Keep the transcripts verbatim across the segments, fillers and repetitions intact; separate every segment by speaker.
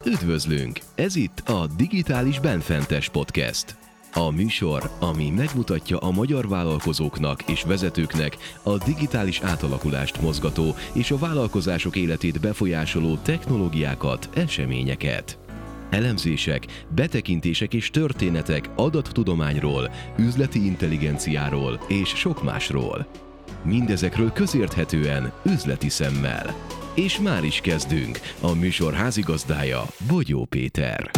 Speaker 1: Üdvözlünk! Ez itt a Digitális Benfentes Podcast. A műsor, ami megmutatja a magyar vállalkozóknak és vezetőknek a digitális átalakulást mozgató és a vállalkozások életét befolyásoló technológiákat, eseményeket. Elemzések, betekintések és történetek adattudományról, üzleti intelligenciáról és sok másról. Mindezekről közérthetően, üzleti szemmel. És már is kezdünk. A műsor házigazdája Bogyó Péter.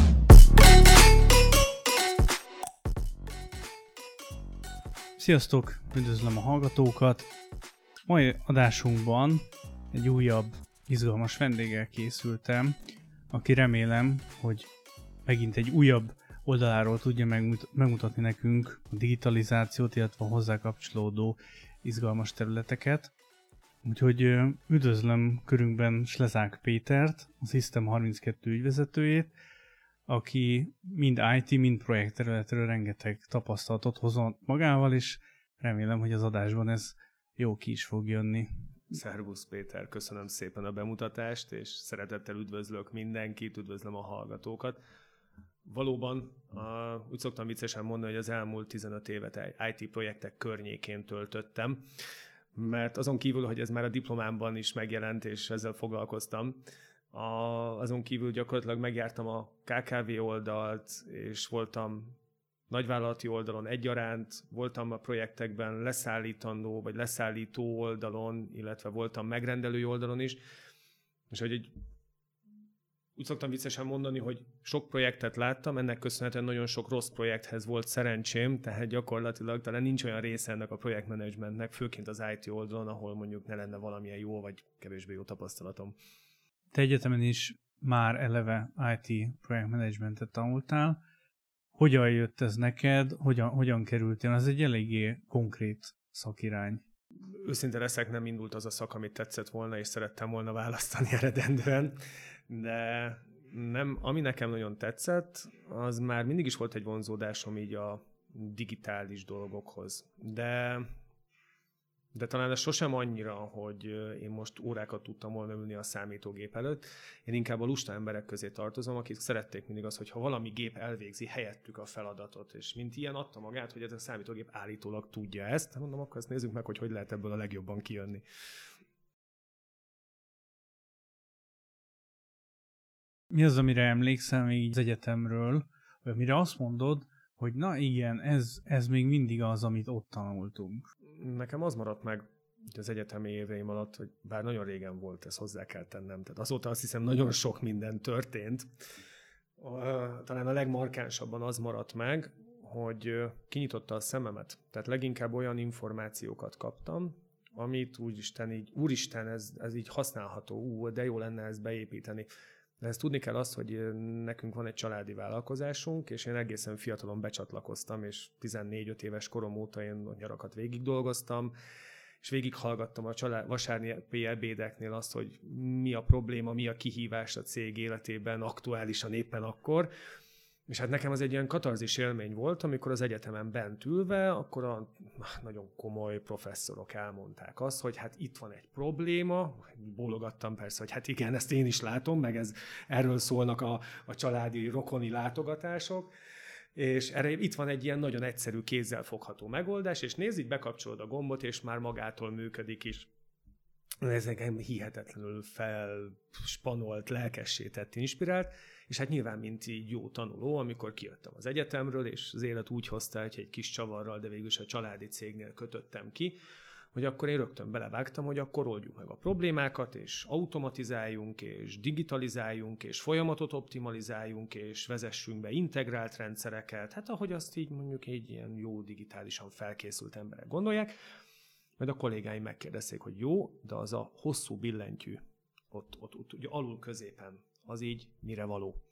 Speaker 2: Sziasztok! Üdvözlöm a hallgatókat! Mai adásunkban egy újabb, izgalmas vendéggel készültem, aki remélem, hogy megint egy újabb oldaláról tudja megmut- megmutatni nekünk a digitalizációt, illetve a hozzá kapcsolódó izgalmas területeket. Úgyhogy üdvözlöm körünkben Slezák Pétert, a System harminckettő ügyvezetőjét, aki mind i té, mind projektterületről rengeteg tapasztalatot hozott magával, és remélem, hogy az adásban ez jó ki is fog jönni.
Speaker 3: Szervusz Péter, köszönöm szépen a bemutatást, és szeretettel üdvözlök mindenkit, üdvözlöm a hallgatókat. Valóban úgy szoktam viccesen mondani, hogy az elmúlt tizenöt évet i té projektek környékén töltöttem, mert azon kívül, hogy ez már a diplomámban is megjelent, és ezzel foglalkoztam, a, azon kívül gyakorlatilag megjártam a ká ká vé oldalt, és voltam nagyvállalati oldalon egyaránt, voltam a projektekben leszállítandó, vagy leszállító oldalon, illetve voltam megrendelő oldalon is, és hogy egy, úgy szoktam viccesen mondani, hogy sok projektet láttam, ennek köszönhetően nagyon sok rossz projekthez volt szerencsém, tehát gyakorlatilag talán nincs olyan része ennek a projektmenedzsmentnek, főként az i té oldalon, ahol mondjuk ne lenne valamilyen jó, vagy kevésbé jó tapasztalatom.
Speaker 2: Te egyetemen is már eleve i té projektmenedzsmentet tanultál. Hogyan jött ez neked? Hogyan, hogyan kerültél? Ez egy eléggé konkrét szakirány.
Speaker 3: Őszinte leszek, nem indult az a szak, amit tetszett volna, és szerettem volna választani eredendően, de nem, ami nekem nagyon tetszett, az már mindig is volt egy vonzódásom így a digitális dolgokhoz. De, de talán ez sosem annyira, hogy én most órákat tudtam volna ülni a számítógép előtt. Én inkább a lusta emberek közé tartozom, akik szerették mindig azt, hogy ha valami gép elvégzi helyettük a feladatot, és mint ilyen adta magát, hogy ez a számítógép állítólag tudja ezt. Mondom, akkor azt nézzük meg, hogy hogy lehet ebből a legjobban kijönni.
Speaker 2: Mi az, amire emlékszem még az egyetemről, vagy amire azt mondod, hogy na igen, ez, ez még mindig az, amit ott tanultunk?
Speaker 3: Nekem az maradt meg az egyetemi éveim alatt, hogy bár nagyon régen volt, ezt hozzá kell tennem. Tehát azóta azt hiszem nagyon sok minden történt. Talán a legmarkánsabban az maradt meg, hogy kinyitotta a szememet. Tehát leginkább olyan információkat kaptam, amit úristen, így, úristen, ez, ez így használható, ú, de jó lenne ezt beépíteni. De ezt tudni kell azt, hogy nekünk van egy családi vállalkozásunk, és én egészen fiatalon becsatlakoztam, és tizennégy-öt éves korom óta én a nyarakat végig dolgoztam, és végighallgattam a család, vasárnapi ebédeknél azt, hogy mi a probléma, mi a kihívás a cég életében aktuálisan éppen akkor. És hát nekem az egy ilyen katarzis élmény volt, amikor az egyetemen bent ülve, akkor a nagyon komoly professzorok elmondták azt, hogy hát itt van egy probléma, bólogattam persze, hogy hát igen, ezt én is látom, meg ez, erről szólnak a, a családi, rokoni látogatások, és erre itt van egy ilyen nagyon egyszerű, kézzelfogható megoldás, és nézd, így bekapcsolod a gombot, és már magától működik is. Ez engem hihetetlenül felspanolt, lelkessé tett, inspirált, és hát nyilván, mint így jó tanuló, amikor kijöttem az egyetemről, és az élet úgy hozta, hogy egy kis csavarral, de végül is a családi cégnél kötöttem ki, hogy akkor én rögtön belevágtam, hogy akkor oldjuk meg a problémákat, és automatizáljunk, és digitalizáljunk, és folyamatot optimalizáljunk, és vezessünk be integrált rendszereket, hát ahogy azt így mondjuk egy ilyen jó digitálisan felkészült emberek gondolják. Majd a kollégáim megkérdezték, hogy jó, de az a hosszú billentyű, ott, ott, ott ugye alul középen, az így mire való.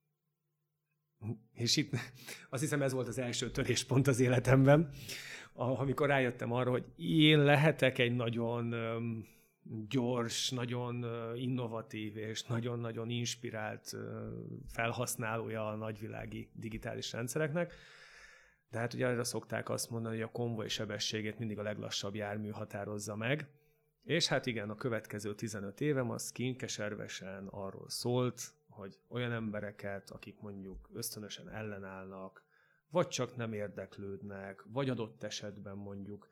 Speaker 3: És itt azt hiszem ez volt az első töréspont az életemben, amikor rájöttem arra, hogy én lehetek egy nagyon gyors, nagyon innovatív és nagyon-nagyon inspirált felhasználója a nagyvilági digitális rendszereknek, de hát ugye arra szokták azt mondani, hogy a konvoj sebességét mindig a leglassabb jármű határozza meg, És hát igen, a következő tizenöt évem az kénkeservesen arról szólt, hogy olyan embereket, akik mondjuk ösztönösen ellenállnak, vagy csak nem érdeklődnek, vagy adott esetben mondjuk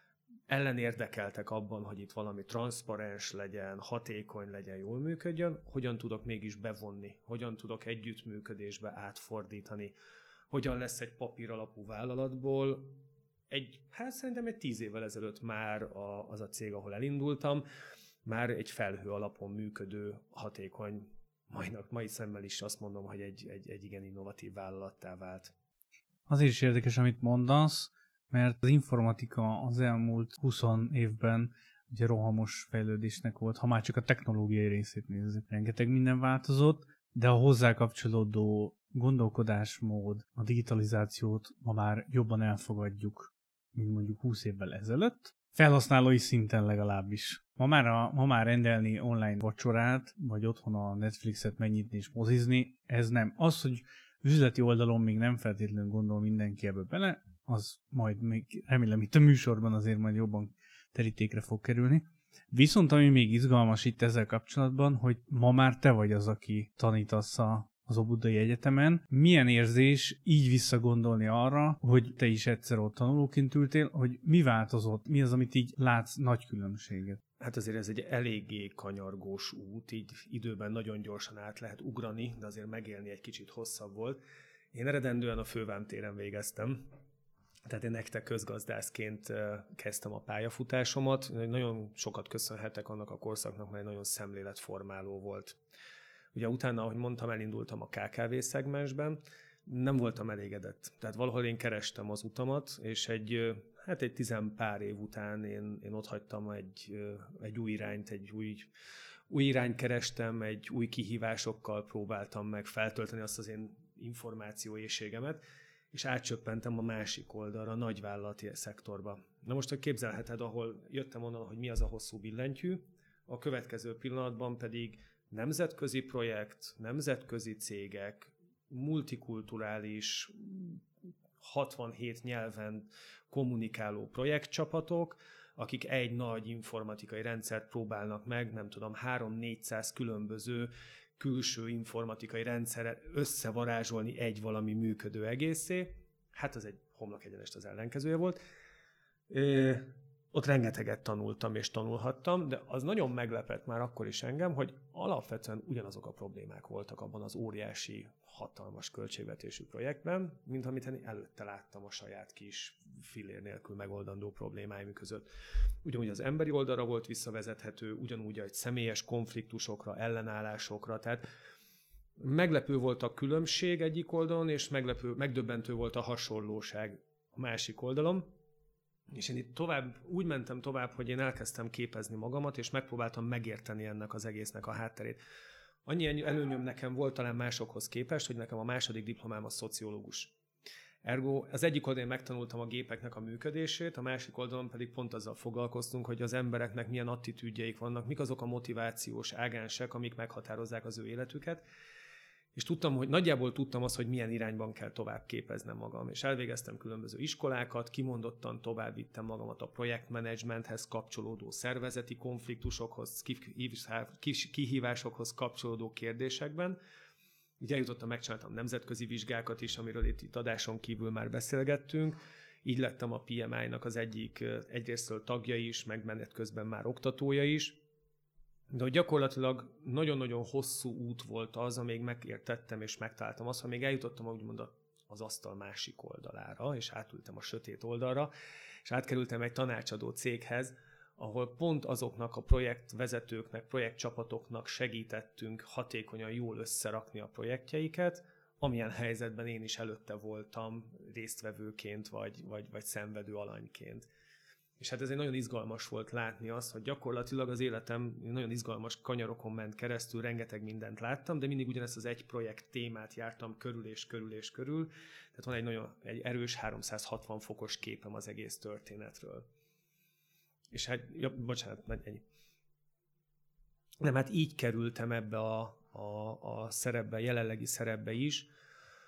Speaker 3: ellenérdekeltek abban, hogy itt valami transzparens legyen, hatékony legyen, jól működjön, hogyan tudok mégis bevonni, hogyan tudok együttműködésbe átfordítani, hogyan lesz egy papír alapú vállalatból egy, hát szerintem egy tíz évvel ezelőtt már a, az a cég, ahol elindultam, már egy felhő alapon működő, hatékony, mai, mai szemmel is azt mondom, hogy egy, egy, egy igen innovatív vállalattá vált.
Speaker 2: Azért is érdekes, amit mondasz, mert az informatika az elmúlt húsz évben ugye rohamos fejlődésnek volt, ha már csak a technológiai részét nézzük. Rengeteg minden változott, de a hozzá kapcsolódó gondolkodásmód, a digitalizációt ma már jobban elfogadjuk, mint mondjuk húsz évvel ezelőtt. Felhasználói szinten legalábbis. Ma már, a, ma már rendelni online vacsorát, vagy otthon a Netflixet megnyitni és mozizni, ez nem. Az, hogy üzleti oldalon még nem feltétlenül gondol mindenki ebbe bele, az majd még remélem itt a műsorban azért majd jobban terítékre fog kerülni. Viszont ami még izgalmas itt ezzel kapcsolatban, hogy ma már te vagy az, aki tanítasz az Óbudai Egyetemen. Milyen érzés így visszagondolni arra, hogy te is egyszer ott tanulóként ültél, hogy mi változott, mi az, amit így látsz nagy különbséget?
Speaker 3: Hát azért ez egy eléggé kanyargós út, így időben nagyon gyorsan át lehet ugrani, de azért megélni egy kicsit hosszabb volt. Én eredendően a Fővám téren végeztem, tehát én nektek közgazdászként kezdtem a pályafutásomat. Nagyon sokat köszönhetek annak a korszaknak, mert nagyon szemléletformáló volt. Ugye utána, ahogy mondtam, elindultam a ká ká vé szegmensben, nem voltam elégedett. Tehát valahol én kerestem az utamat, és egy, hát egy tizen pár év után én, én ott hagytam egy, egy új irányt, egy új, új irányt kerestem, egy új kihívásokkal próbáltam meg feltölteni azt az én információészségemet, és átcsöppentem a másik oldalra, a nagyvállalati szektorba. Na most, hogy képzelheted, ahol jöttem onnan, hogy mi az a hosszú billentyű, a következő pillanatban pedig nemzetközi projekt, nemzetközi cégek, multikulturális, hatvanhét nyelven kommunikáló projektcsapatok, akik egy nagy informatikai rendszert próbálnak meg, nem tudom, három-négyszáz különböző külső informatikai rendszeret összevarázsolni egy valami működő egészé. Hát az egy homlok egyenest az ellenkezője volt. É, ott rengeteget tanultam és tanulhattam, de az nagyon meglepett már akkor is engem, hogy alapvetően ugyanazok a problémák voltak abban az óriási, hatalmas költségvetésű projektben, mint amit én előtte láttam a saját kis fillér nélkül megoldandó problémáim között. Ugyanúgy az emberi oldalra volt visszavezethető, ugyanúgy egy személyes konfliktusokra, ellenállásokra, tehát meglepő volt a különbség egyik oldalon, és meglepő, megdöbbentő volt a hasonlóság a másik oldalon. És én itt tovább, úgy mentem tovább, hogy én elkezdtem képezni magamat, és megpróbáltam megérteni ennek az egésznek a hátterét. Annyi előnyöm nekem volt talán másokhoz képest, hogy nekem a második diplomám a szociológus. Ergo az egyik oldalon megtanultam a gépeknek a működését, a másik oldalon pedig pont azzal foglalkoztunk, hogy az embereknek milyen attitűdjeik vannak, mik azok a motivációs ágensek, amik meghatározzák az ő életüket. És tudtam, hogy nagyjából tudtam azt, hogy milyen irányban kell tovább képeznem magam. És elvégeztem különböző iskolákat, kimondottan tovább vittem magamat a projektmenedzsmenthez kapcsolódó szervezeti konfliktusokhoz, kihívásokhoz kapcsolódó kérdésekben. Így eljutottam, megcsináltam nemzetközi vizsgákat is, amiről itt, itt adáson kívül már beszélgettünk. Így lettem a pé em i-nak az egyik egyrésztől tagja is, meg menet közben már oktatója is. De hogy gyakorlatilag nagyon-nagyon hosszú út volt az, amíg megértettem és megtaláltam azt, amíg eljutottam úgymond az asztal másik oldalára, és átültem a sötét oldalra, és átkerültem egy tanácsadó céghez, ahol pont azoknak a projektvezetőknek, projektcsapatoknak segítettünk hatékonyan jól összerakni a projektjeiket, amilyen helyzetben én is előtte voltam résztvevőként, vagy, vagy, vagy szenvedő alanyként. És hát ez egy nagyon izgalmas volt látni azt, hogy gyakorlatilag az életem nagyon izgalmas kanyarokon ment keresztül, rengeteg mindent láttam, de mindig ugyanezt az egy projekt témát jártam körül és körül és körül. Tehát van egy nagyon egy erős háromszázhatvan fokos képem az egész történetről. És hát, ja, bocsánat, ennyi. Nem, hát így kerültem ebbe a, a, a szerepbe, jelenlegi szerepbe is,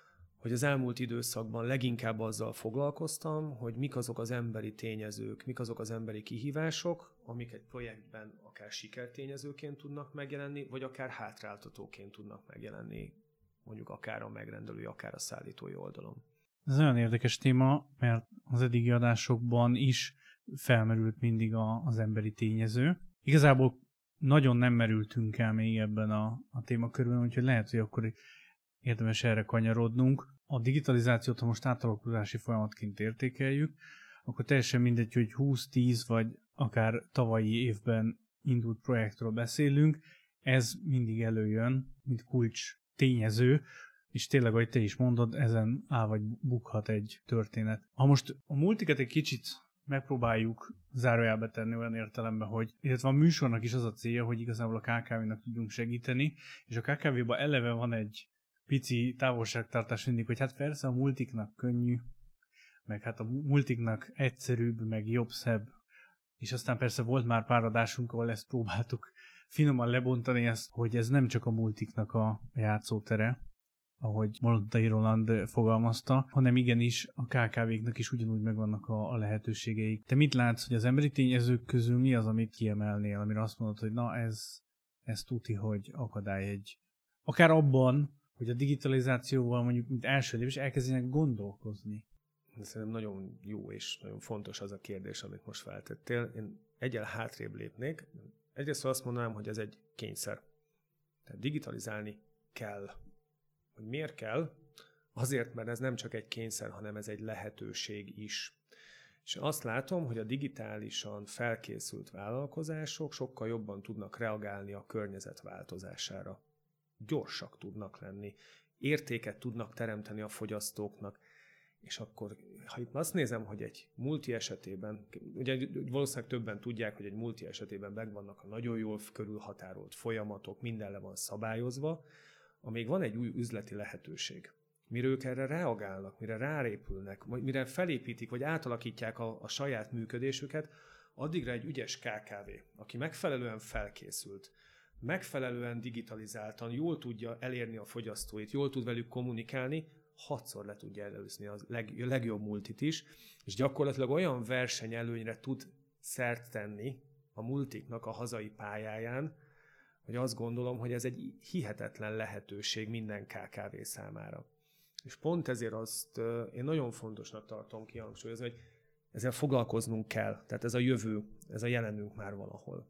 Speaker 3: hogy az elmúlt időszakban leginkább azzal foglalkoztam, hogy mik azok az emberi tényezők, mik azok az emberi kihívások, amik egy projektben akár sikertényezőként tudnak megjelenni, vagy akár hátráltatóként tudnak megjelenni, mondjuk akár a megrendelői, akár a szállítói oldalon.
Speaker 2: Ez olyan érdekes téma, mert az eddigi adásokban is felmerült mindig a, az emberi tényező. Igazából nagyon nem merültünk el még ebben a, a témakörben, úgyhogy lehet, hogy akkor érdemes erre kanyarodnunk. A digitalizációt, ha most átalakulási folyamatként értékeljük, akkor teljesen mindegy, hogy húsz, tíz vagy akár tavalyi évben indult projektről beszélünk, ez mindig előjön, mint kulcs tényező, és tényleg, ahogy te is mondod, ezen áll vagy bukhat egy történet. Ha most a multiket egy kicsit megpróbáljuk zárójelbe tenni olyan értelemben, hogy illetve a műsornak is az a célja, hogy igazából a ká ká vé-nak tudjunk segíteni, és a ká ká vé-ban eleve van egy pici távolságtartás mindig, hogy hát persze a multiknak könnyű, meg hát a multiknak egyszerűbb, meg jobb, szebb, és aztán persze volt már pár adásunk, ahol ezt próbáltuk finoman lebontani, ezt, hogy ez nem csak a multiknak a játszótere, ahogy Molnottai Roland fogalmazta, hanem igenis a ká ká vé-knak is ugyanúgy megvannak a, a lehetőségeik. Te mit látsz, hogy az emberi tényezők közül mi az, amit kiemelnél, amire azt mondod, hogy na ez, ez tuti, hogy akadály egy. Akár abban, hogy a digitalizációval mondjuk mint első lépés elkezdenek gondolkozni.
Speaker 3: Szerintem nagyon jó és nagyon fontos az a kérdés, amit most feltettél. Én egyel hátrébb lépnék. Egyrészt azt mondanám, hogy ez egy kényszer. Tehát digitalizálni kell. Hogy miért kell? Azért, mert ez nem csak egy kényszer, hanem ez egy lehetőség is. És azt látom, hogy a digitálisan felkészült vállalkozások sokkal jobban tudnak reagálni a környezet változására. Gyorsak tudnak lenni, értéket tudnak teremteni a fogyasztóknak, és akkor, ha itt azt nézem, hogy egy multi esetében, ugye valószínűleg többen tudják, hogy egy multi esetében megvannak a nagyon jól körülhatárolt folyamatok, minden le van szabályozva, amíg van egy új üzleti lehetőség, mire ők erre reagálnak, mire rárépülnek, vagy mire felépítik, vagy átalakítják a, a saját működésüket, addigra egy ügyes ká ká vé, aki megfelelően felkészült, megfelelően digitalizáltan, jól tudja elérni a fogyasztóit, jól tud velük kommunikálni, hatszor le tudja előzni a leg, legjobb multit is, és gyakorlatilag olyan versenyelőnyre tud szert tenni a multiknak a hazai pályáján, hogy azt gondolom, hogy ez egy hihetetlen lehetőség minden ká ká vé számára. És pont ezért azt én nagyon fontosnak tartom kihangsúlyozni, hogy ezzel foglalkoznunk kell. Tehát ez a jövő, ez a jelenünk már valahol.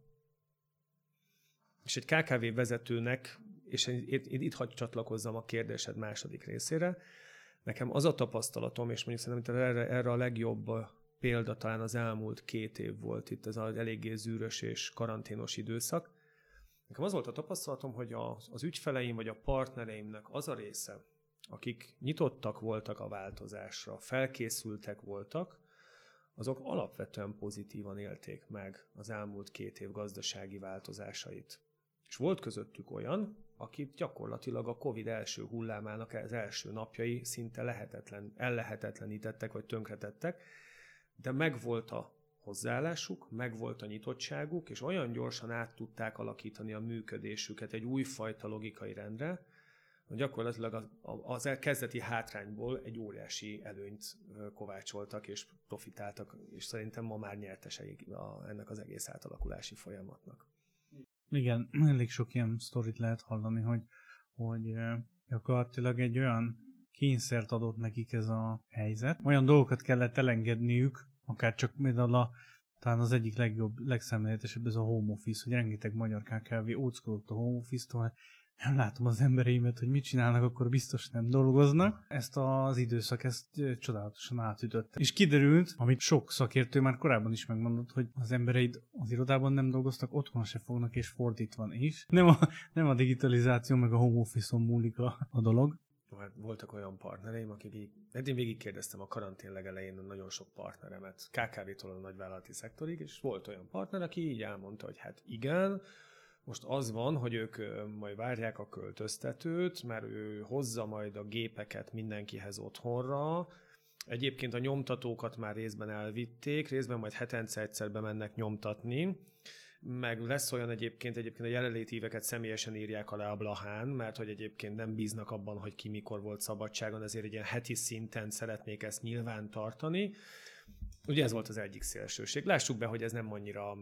Speaker 3: És egy ká ká vé vezetőnek, és én itt hadd csatlakozzam a kérdésed második részére, nekem az a tapasztalatom, és mondjuk szerintem erre, erre a legjobb példa talán az elmúlt két év volt itt, ez az eléggé zűrös és karanténos időszak. Nekem az volt a tapasztalatom, hogy az, az ügyfeleim vagy a partnereimnek az a része, akik nyitottak voltak a változásra, felkészültek voltak, azok alapvetően pozitívan élték meg az elmúlt két év gazdasági változásait. És volt közöttük olyan, akit gyakorlatilag a Covid első hullámának az első napjai szinte lehetetlen, ellehetetlenítettek vagy tönkretettek, de megvolt a hozzáállásuk, megvolt a nyitottságuk, és olyan gyorsan át tudták alakítani a működésüket egy újfajta logikai rendre, hogy gyakorlatilag az, az kezdeti hátrányból egy óriási előnyt kovácsoltak és profitáltak, és szerintem ma már nyertesei ennek az egész átalakulási folyamatnak.
Speaker 2: Igen, elég sok ilyen sztorit lehet hallani, hogy, hogy gyakorlatilag egy olyan kényszert adott nekik ez a helyzet. Olyan dolgokat kellett elengedniük, akár csak például a, talán az egyik legjobb, legszemléletesebb ez a home office, hogy rengeteg magyar ká ká vé óckodott a home office-tól, nem látom az embereimet, hogy mit csinálnak, akkor biztos nem dolgoznak. Ezt az időszak, ezt csodálatosan átütötte. És kiderült, amit sok szakértő már korábban is megmondott, hogy az embereid az irodában nem dolgoztak, otthon se fognak, és fordítva is. Nem a, nem a digitalizáció, meg a home office-on múlik a, a dolog.
Speaker 3: Voltak olyan partnereim, akik így, én végig kérdeztem a karantén legelején nagyon sok partneremet, ká ká vé-től a nagyvállalati szektorig, és volt olyan partner, aki így elmondta, hogy hát igen, most az van, hogy ők majd várják a költöztetőt, mert ő hozza majd a gépeket mindenkihez otthonra. Egyébként a nyomtatókat már részben elvitték, részben majd hetente egyszer bemennek nyomtatni, meg lesz olyan egyébként, egyébként a jelenlétíveket személyesen írják alá a Blahán, mert hogy egyébként nem bíznak abban, hogy ki mikor volt szabadságon, ezért egy ilyen heti szinten szeretnék ezt nyilván tartani. Ugye ez volt az egyik szélsőség. Lássuk be, hogy ez nem annyira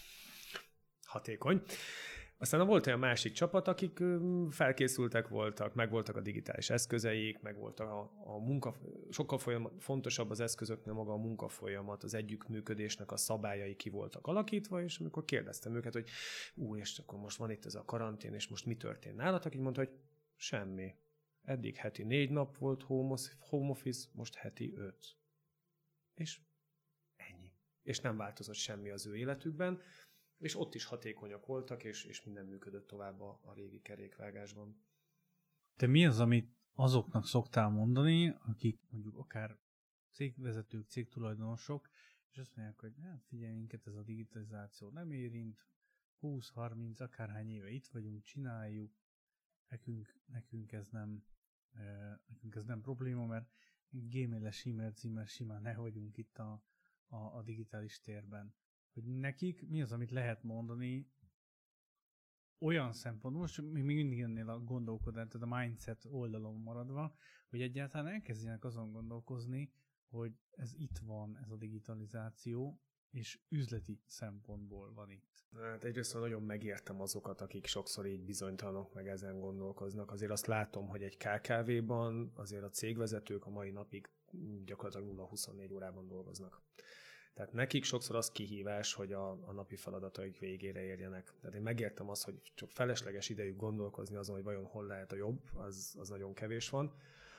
Speaker 3: hatékony. Aztán volt olyan másik csapat, akik felkészültek voltak, meg voltak a digitális eszközeik, meg voltak a, a munka, sokkal folyamat, fontosabb az eszközöknél maga a munkafolyamat, az együttműködésnek a szabályai ki voltak alakítva, és amikor kérdeztem őket, hogy ú, és akkor most van itt ez a karantén, és most mi történt nálatok, így mondta, hogy semmi. Eddig heti négy nap volt home office, most heti öt. És ennyi. És nem változott semmi az ő életükben, és ott is hatékonyak voltak, és, és minden működött tovább a, a régi kerékvágásban.
Speaker 2: Te mi az, amit azoknak szoktál mondani, akik mondjuk akár cégvezetők, cégtulajdonosok, és azt mondják, hogy hát figyelj, minket ez a digitalizáció nem érint, húsz-harminc, akárhány éve itt vagyunk, csináljuk, nekünk, nekünk, ez nem, nekünk ez nem probléma, mert gmail-es, e-mail címmel simán ne vagyunk itt a, a, a digitális térben. Hogy nekik mi az, amit lehet mondani olyan szempontból, most még mindig ennél a gondolkodás, tehát a mindset oldalon maradva, hogy egyáltalán elkezdjenek azon gondolkozni, hogy ez itt van, ez a digitalizáció, és üzleti szempontból van itt.
Speaker 3: Hát egyrészt nagyon megértem azokat, akik sokszor így bizonytalanok, meg ezen gondolkoznak. Azért azt látom, hogy egy ká ká vé-ban azért a cégvezetők a mai napig gyakorlatilag nulla huszonnégy órában dolgoznak. Tehát nekik sokszor az kihívás, hogy a, a napi feladataik végére érjenek. Tehát én megértem azt, hogy csak felesleges idejük gondolkozni azon, hogy vajon hol lehet a jobb, az, az nagyon kevés van.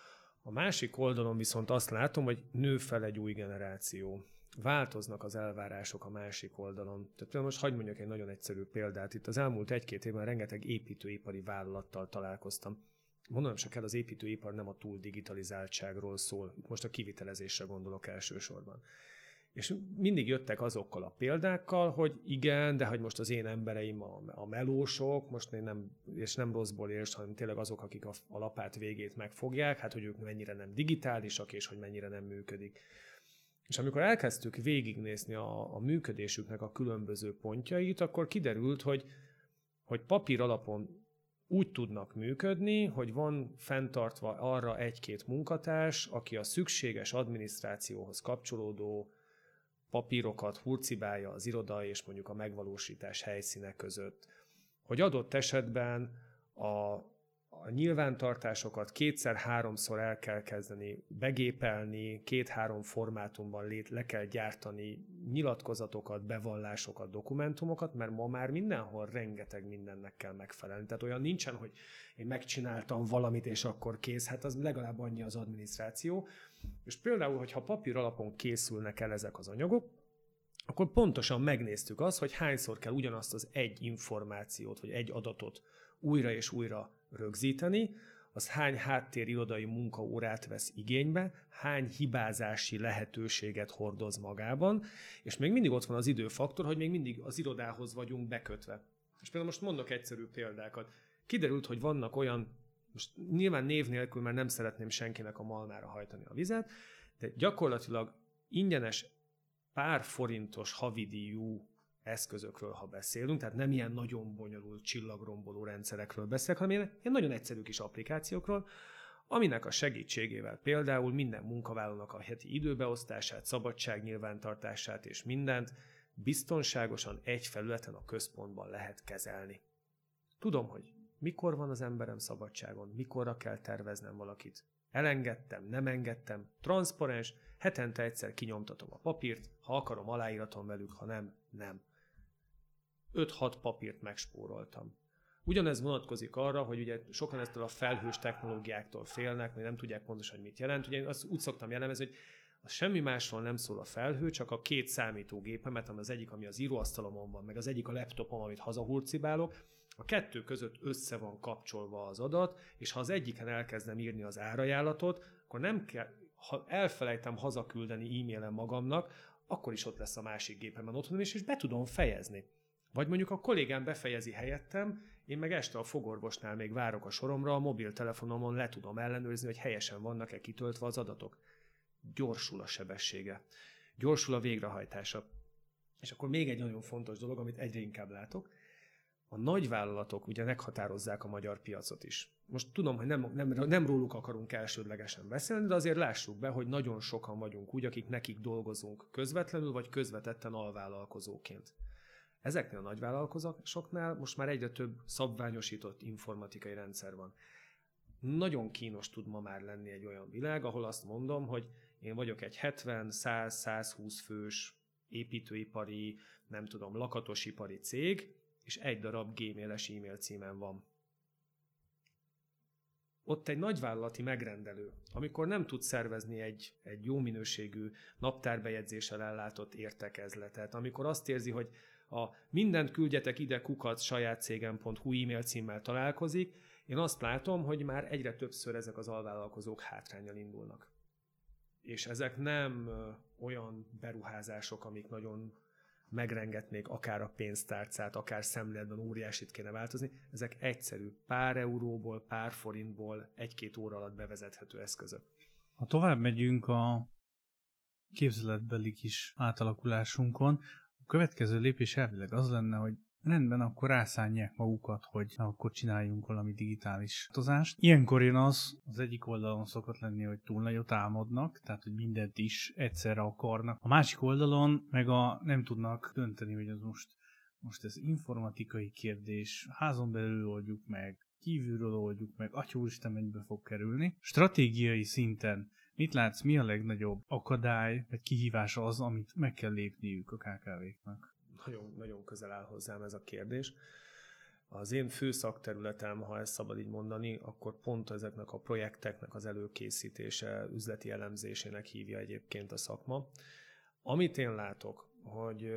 Speaker 3: A másik oldalon viszont azt látom, hogy nő fel egy új generáció. Változnak az elvárások a másik oldalon. Tehát például most hadd mondjak egy nagyon egyszerű példát. Itt az elmúlt egy-két évben rengeteg építőipari vállalattal találkoztam. Mondanom se kell, az építőipar nem a túl digitalizáltságról szól. Most a kivitelezésre gondolok elsősorban. És mindig jöttek azokkal a példákkal, hogy igen, de hogy most az én embereim a, a melósok, most én nem, és nem rosszból érts, hanem tényleg azok, akik a, a lapát végét megfogják, hát hogy ők mennyire nem digitálisak, és hogy mennyire nem működik. És amikor elkezdtük végignézni a, a működésüknek a különböző pontjait, akkor kiderült, hogy, hogy papír alapon úgy tudnak működni, hogy van fenntartva arra egy-két munkatárs, aki a szükséges adminisztrációhoz kapcsolódó papírokat hurcibálja az iroda és mondjuk a megvalósítás helyszíne között. Hogy adott esetben a, a nyilvántartásokat kétszer-háromszor el kell kezdeni begépelni, két-három formátumban lé, le kell gyártani nyilatkozatokat, bevallásokat, dokumentumokat, mert ma már mindenhol rengeteg mindennek kell megfelelni. Tehát olyan nincsen, hogy én megcsináltam valamit és akkor kész, hát az legalább annyi az adminisztráció. És például, hogyha papír alapon készülnek el ezek az anyagok, akkor pontosan megnéztük azt, hogy hányszor kell ugyanazt az egy információt, vagy egy adatot újra és újra rögzíteni, az hány háttér-irodai munkaórát vesz igénybe, hány hibázási lehetőséget hordoz magában, és még mindig ott van az időfaktor, hogy még mindig az irodához vagyunk bekötve. És például most mondok egyszerű példákat. Kiderült, hogy vannak olyan, most nyilván név nélkül, mert nem szeretném senkinek a malmára hajtani a vizet, de gyakorlatilag ingyenes pár forintos havidíjú eszközökről, ha beszélünk, tehát nem ilyen nagyon bonyolult csillagromboló rendszerekről beszélek, hanem ilyen, ilyen nagyon egyszerű kis applikációkról, aminek a segítségével például minden munkavállalónak a heti időbeosztását, szabadságnyilvántartását és mindent biztonságosan egy felületen a központban lehet kezelni. Tudom, hogy mikor van az emberem szabadságon, mikorra kell terveznem valakit. Elengedtem, nem engedtem, transzparens, hetente egyszer kinyomtatom a papírt, ha akarom, aláíratom velük, ha nem, nem. öt-hat papírt megspóroltam. Ugyanez vonatkozik arra, hogy ugye sokan ettől a felhős technológiáktól félnek, vagy nem tudják pontosan, hogy mit jelent. Ugye én azt úgy szoktam jellemezni, hogy az semmi másról nem szól a felhő, csak a két számítógépemet, ami az egyik, ami az íróasztalomon van, meg az egyik a laptopom, amit hazahurcibálok, a kettő között össze van kapcsolva az adat, és ha az egyiken elkezdem írni az árajánlatot, akkor nem kell, ha elfelejtem hazaküldeni e-mailen magamnak, akkor is ott lesz a másik gépemen otthon is, és be tudom fejezni. Vagy mondjuk a kollégám befejezi helyettem, én meg este a fogorvosnál még várok a soromra, a mobiltelefonomon le tudom ellenőrizni, hogy helyesen vannak-e kitöltve az adatok. Gyorsul a sebessége. Gyorsul a végrehajtása. És akkor még egy nagyon fontos dolog, amit egyre inkább látok, a nagyvállalatok ugye meghatározzák a magyar piacot is. Most tudom, hogy nem, nem, nem róluk akarunk elsődlegesen beszélni, de azért lássuk be, hogy nagyon sokan vagyunk úgy, akik nekik dolgozunk közvetlenül, vagy közvetetten alvállalkozóként. Ezeknél a nagyvállalkozásoknál most már egyre több szabványosított informatikai rendszer van. Nagyon kínos tud ma már lenni egy olyan világ, ahol azt mondom, hogy én vagyok egy hetven, száz, százhúsz fős építőipari, nem tudom, lakatosipari cég, és egy darab gmailes e-mail címen van. Ott egy nagyvállalati megrendelő, amikor nem tud szervezni egy, egy jó minőségű naptárbejegyzéssel ellátott értekezletet, amikor azt érzi, hogy a mindent küldjetek ide kukac saját cégem pont hu e-mail címmel találkozik, én azt látom, hogy már egyre többször ezek az alvállalkozók hátránnyal indulnak. És ezek nem olyan beruházások, amik nagyon megrengetnék akár a pénztárcát, akár szemléletben óriásit kéne változni. Ezek egyszerű, pár euróból, pár forintból, egy-két óra alatt bevezethető eszközök.
Speaker 2: Ha tovább megyünk a képzeletbeli kis átalakulásunkon, a következő lépés elvileg az lenne, hogy rendben, akkor rászánják magukat, hogy na, akkor csináljunk valami digitális változást. Ilyenkor jön az, az egyik oldalon szokott lenni, hogy túl nagyot álmodnak, tehát hogy mindent is egyszerre akarnak. A másik oldalon meg a nem tudnak dönteni, hogy az most, most ez informatikai kérdés, házon belül oldjuk meg, kívülről oldjuk meg, atyúristen mennyibe fog kerülni. Stratégiai szinten mit látsz, mi a legnagyobb akadály, vagy kihívás az, amit meg kell lépniük a ká ká véknak?
Speaker 3: Nagyon, nagyon közel áll hozzám ez a kérdés. Az én fő szakterületem, ha ezt szabad így mondani, akkor pont ezeknek a projekteknek az előkészítése, üzleti elemzésének hívja egyébként a szakma. Amit én látok, hogy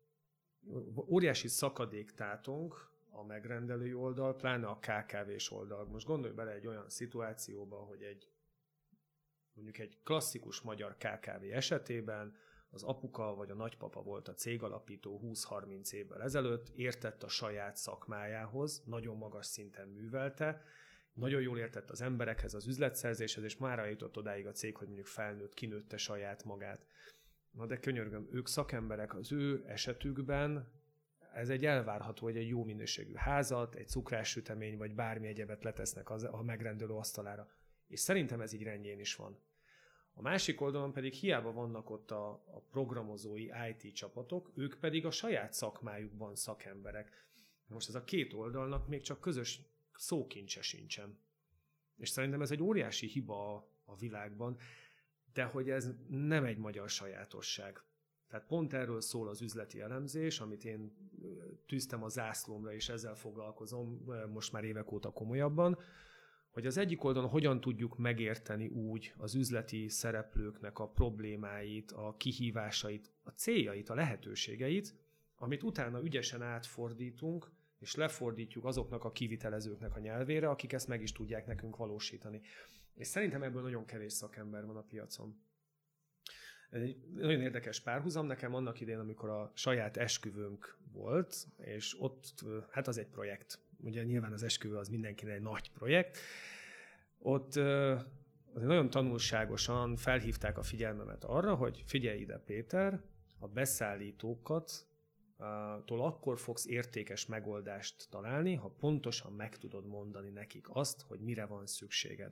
Speaker 3: óriási szakadék tátong a megrendelői oldal, pláne a ká ká vés oldal. Most gondolj bele egy olyan szituációba, hogy egy mondjuk egy klasszikus magyar ká ká vé esetében az apuka vagy a nagypapa volt a cégalapító húsz-harminc évvel ezelőtt, értett a saját szakmájához, nagyon magas szinten művelte, nagyon jól értett az emberekhez, az üzletszerzéshez, és már eljutott odáig a cég, hogy mondjuk felnőtt, kinőtte saját magát. Na de könyörgöm, ők szakemberek, az ő esetükben ez egy elvárható, hogy egy jó minőségű házat, egy cukrássütemény, vagy bármi egyebet letesznek az, a megrendelő asztalára. És szerintem ez így rendjén is van. A másik oldalon pedig hiába vannak ott a, a programozói i té csapatok, ők pedig a saját szakmájukban szakemberek. Most ez a két oldalnak még csak közös szókincse sincsen. És szerintem ez egy óriási hiba a, a világban, de hogy ez nem egy magyar sajátosság. Tehát pont erről szól az üzleti elemzés, amit én tűztem a zászlómra, és ezzel foglalkozom most már évek óta komolyabban, hogy az egyik oldalon hogyan tudjuk megérteni úgy az üzleti szereplőknek a problémáit, a kihívásait, a céljait, a lehetőségeit, amit utána ügyesen átfordítunk, és lefordítjuk azoknak a kivitelezőknek a nyelvére, akik ezt meg is tudják nekünk valósítani. És szerintem ebből nagyon kevés szakember van a piacon. Ez egy nagyon érdekes párhuzam nekem annak idején, amikor a saját esküvőnk volt, és ott, hát az egy projekt. Ugye nyilván az esküvő az mindenkinek egy nagy projekt. Ott azért nagyon tanulságosan felhívták a figyelmemet arra, hogy figyelj ide, Péter, a beszállítókat tól akkor fogsz értékes megoldást találni, ha pontosan meg tudod mondani nekik azt, hogy mire van szükséged.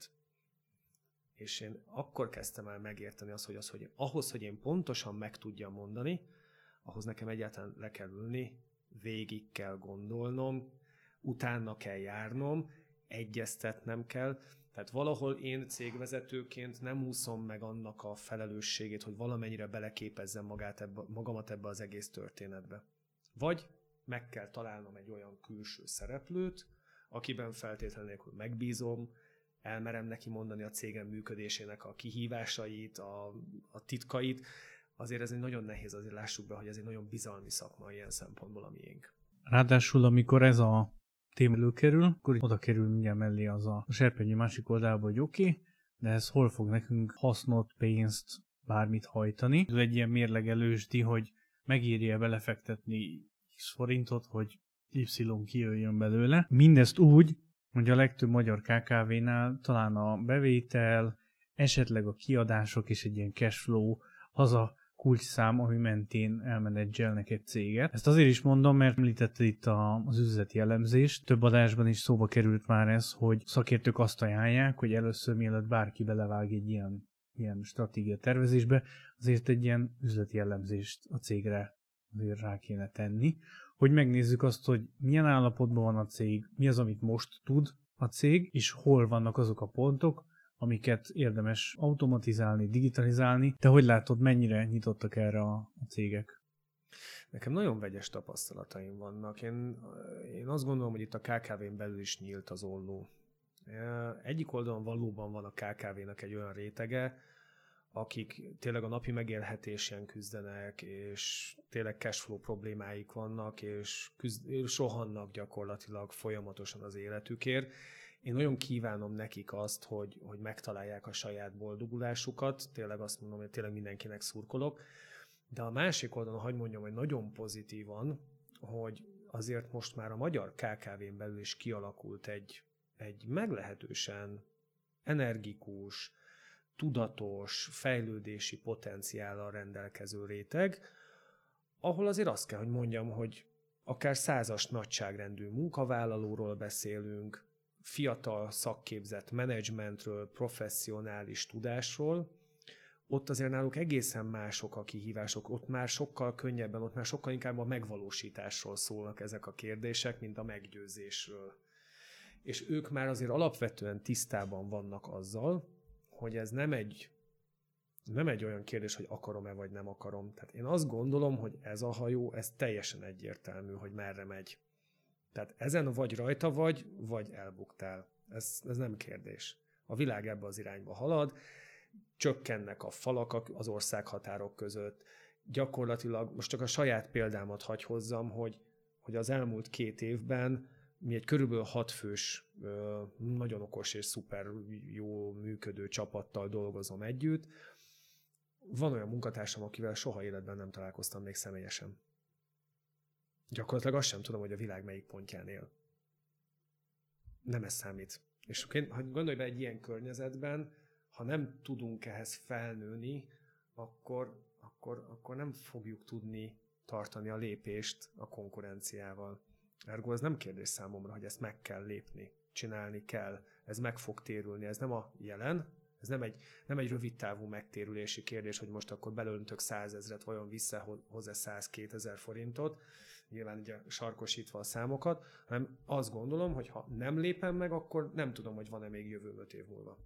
Speaker 3: És én akkor kezdtem el megérteni azt, hogy, az, hogy ahhoz, hogy én pontosan meg tudjam mondani, ahhoz nekem egyáltalán le kell ülni, végig kell gondolnom, utána kell járnom, egyeztetnem kell. Tehát valahol én cégvezetőként nem úszom meg annak a felelősségét, hogy valamennyire beleképezzem magát ebbe, magamat ebbe az egész történetbe. Vagy meg kell találnom egy olyan külső szereplőt, akiben feltétlenül nélkül megbízom, elmerem neki mondani a cégem működésének a kihívásait, a, a titkait. Azért ez egy nagyon nehéz, azért lássuk be, hogy ez egy nagyon bizalmi szakma ilyen szempontból a miénk.
Speaker 2: Ráadásul, amikor ez a téma előkerül, akkor oda kerül mindjárt mellé az a serpenyő másik oldalába, hogy oké, okay, de ez hol fog nekünk hasznot, pénzt, bármit hajtani. Ez egy ilyen mérlegelősdi, hogy megírja belefektetni X forintot, hogy Y kijöjjön belőle. Mindezt úgy, hogy a legtöbb magyar ká ká vénál talán a bevétel, esetleg a kiadások és egy ilyen cashflow haza kulcsszám, ami mentén elmenedzselnek egy céget. Ezt azért is mondom, mert említetted itt a, az üzleti elemzést. Több adásban is szóba került már ez, hogy szakértők azt ajánlják, hogy először mielőtt bárki belevág egy ilyen, ilyen stratégia tervezésbe, azért egy ilyen üzleti elemzést a cégre azért rá kéne tenni, hogy megnézzük azt, hogy milyen állapotban van a cég, mi az, amit most tud a cég, és hol vannak azok a pontok, amiket érdemes automatizálni, digitalizálni. Te hogy látod, mennyire nyitottak erre a, a cégek?
Speaker 3: Nekem nagyon vegyes tapasztalataim vannak. Én, én azt gondolom, hogy itt a ká ká vén belül is nyílt az olló. Egyik oldalon valóban van a ká ká vének egy olyan rétege, akik tényleg a napi megélhetésen küzdenek, és tényleg cashflow problémáik vannak, és, küzd, és rohannak gyakorlatilag folyamatosan az életükért. Én nagyon kívánom nekik azt, hogy, hogy megtalálják a saját boldogulásukat, tényleg azt mondom, hogy tényleg mindenkinek szurkolok, de a másik oldalon, hogy mondjam, hogy nagyon pozitívan, hogy azért most már a magyar ká ká vén belül is kialakult egy, egy meglehetősen energikus, tudatos, fejlődési potenciállal rendelkező réteg, ahol azért azt kell, hogy mondjam, hogy akár százas nagyságrendű munkavállalóról beszélünk, fiatal szakképzett menedzsmentről, professzionális tudásról, ott azért náluk egészen mások a kihívások, ott már sokkal könnyebben, ott már sokkal inkább a megvalósításról szólnak ezek a kérdések, mint a meggyőzésről. És ők már azért alapvetően tisztában vannak azzal, hogy ez nem egy, nem egy olyan kérdés, hogy akarom-e vagy nem akarom. Tehát én azt gondolom, hogy ez a hajó, ez teljesen egyértelmű, hogy merre megy. Tehát ezen vagy rajta vagy, vagy elbuktál. Ez, ez nem kérdés. A világ ebbe az irányba halad, csökkennek a falak az országhatárok között. Gyakorlatilag, most csak a saját példámat hagy hozzam, hogy, hogy az elmúlt két évben mi egy körülbelül hat fős, nagyon okos és szuper jó működő csapattal dolgozom együtt. Van olyan munkatársam, akivel soha életben nem találkoztam még személyesen. Gyakorlatilag azt sem tudom, hogy a világ melyik pontján él. Nem ez számít. És gondolj be egy ilyen környezetben, ha nem tudunk ehhez felnőni, akkor, akkor, akkor nem fogjuk tudni tartani a lépést a konkurenciával. Ergo ez nem kérdés számomra, hogy ezt meg kell lépni, csinálni kell, ez meg fog térülni, ez nem a jelen, ez nem egy, nem egy rövid távú megtérülési kérdés, hogy most akkor belöntök százezret, vajon visszahoz-e száz-kétezer forintot, nyilván ugye sarkosítva a számokat, hanem azt gondolom, hogy ha nem lépem meg, akkor nem tudom, hogy van-e még jövő öt év múlva.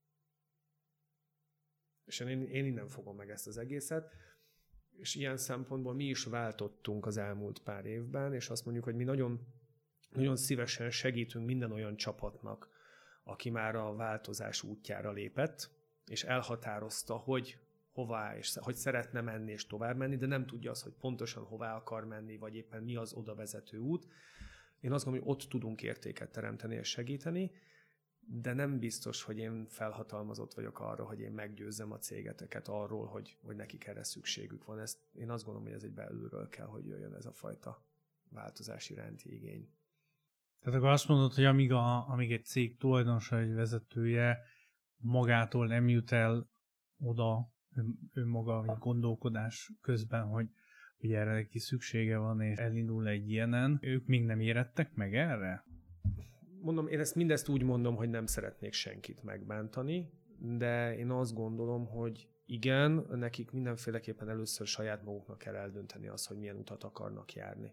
Speaker 3: És én, én innen fogom meg ezt az egészet, és ilyen szempontból mi is váltottunk az elmúlt pár évben, és azt mondjuk, hogy mi nagyon, nagyon szívesen segítünk minden olyan csapatnak, aki már a változás útjára lépett, és elhatározta, hogy hová, és hogy szeretne menni és tovább menni, de nem tudja azt, hogy pontosan hová akar menni, vagy éppen mi az oda vezető út. Én azt gondolom, hogy ott tudunk értéket teremteni és segíteni, de nem biztos, hogy én felhatalmazott vagyok arra, hogy én meggyőzzem a cégeteket arról, hogy, hogy nekik erre szükségük van. Ezt én azt gondolom, hogy ez egy belülről kell, hogy jöjjön ez a fajta változás iránti igény.
Speaker 2: Tehát akkor azt mondod, hogy amíg, a, amíg egy cég tulajdonosa, egy vezetője magától nem jut el oda önmaga ön gondolkodás közben, hogy, hogy erre neki szüksége van, és elindul egy ilyenen, ők még nem érettek meg erre?
Speaker 3: Mondom, én ezt mindezt úgy mondom, hogy nem szeretnék senkit megbántani, de én azt gondolom, hogy igen, nekik mindenféleképpen először saját maguknak kell eldönteni azt, hogy milyen utat akarnak járni.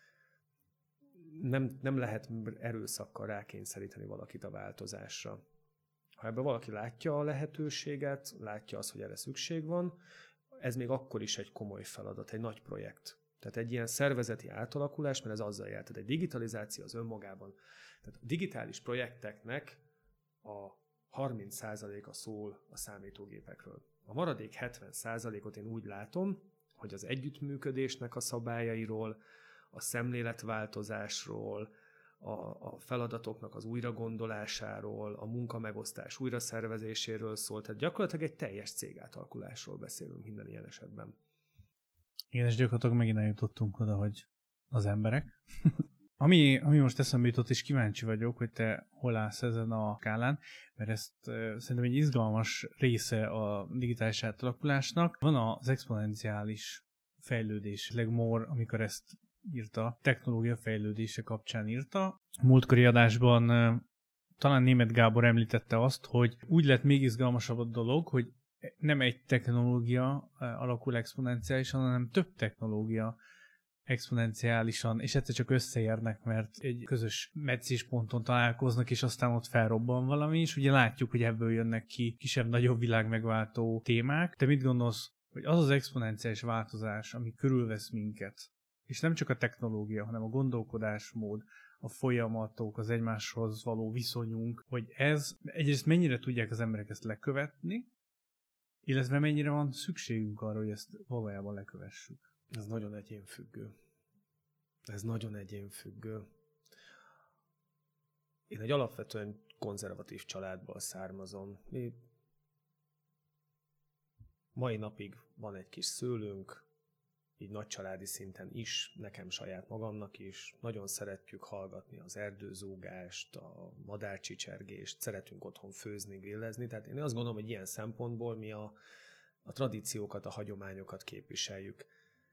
Speaker 3: Nem, nem lehet erőszakkal rákényszeríteni valakit a változásra. Ha ebben valaki látja a lehetőséget, látja azt, hogy erre szükség van, ez még akkor is egy komoly feladat, egy nagy projekt. Tehát egy ilyen szervezeti átalakulás, mert ez azzal jár. Tehát egy digitalizáció az önmagában. Tehát a digitális projekteknek a harminc százaléka szól a számítógépekről. A maradék hetven százalékot én úgy látom, hogy az együttműködésnek a szabályairól, a szemléletváltozásról, a, a feladatoknak az újragondolásáról, a munkamegosztás újraszervezéséről szól. Tehát gyakorlatilag egy teljes cégátalakulásról beszélünk minden ilyen esetben.
Speaker 2: Igen, és gyakorlatilag megint eljutottunk oda, hogy az emberek, Ami, ami most eszembe jutott, és kíváncsi vagyok, hogy te hol állsz ezen a skálán, mert ezt uh, szerintem egy izgalmas része a digitális átalakulásnak. Van az exponenciális fejlődés, legmore, amikor ezt írta, technológia fejlődése kapcsán írta. A múltkori adásban uh, talán Németh Gábor említette azt, hogy úgy lett még izgalmasabb a dolog, hogy nem egy technológia uh, alakul exponenciálisan, hanem több technológia exponenciálisan, és egyszer csak összeérnek, mert egy közös meccésponton találkoznak, és aztán ott felrobban valami, és ugye látjuk, hogy ebből jönnek ki kisebb-nagyobb világmegváltó témák. Te mit gondolsz, hogy az az exponenciális változás, ami körülvesz minket, és nem csak a technológia, hanem a gondolkodásmód, a folyamatok, az egymáshoz való viszonyunk, hogy ez egyrészt mennyire tudják az emberek ezt lekövetni, illetve mennyire van szükségünk arra, hogy ezt valójában lekövessük.
Speaker 3: Ez nagyon egyénfüggő. Ez nagyon egyénfüggő. Én egy alapvetően konzervatív családból származom. Mi mai napig van egy kis szőlőnk, így nagy családi szinten is, nekem saját magamnak is. Nagyon szeretjük hallgatni az erdőzúgást, a madárcsicsergést, szeretünk otthon főzni, grillezni. Tehát én azt gondolom, hogy ilyen szempontból mi a, a tradíciókat, a hagyományokat képviseljük.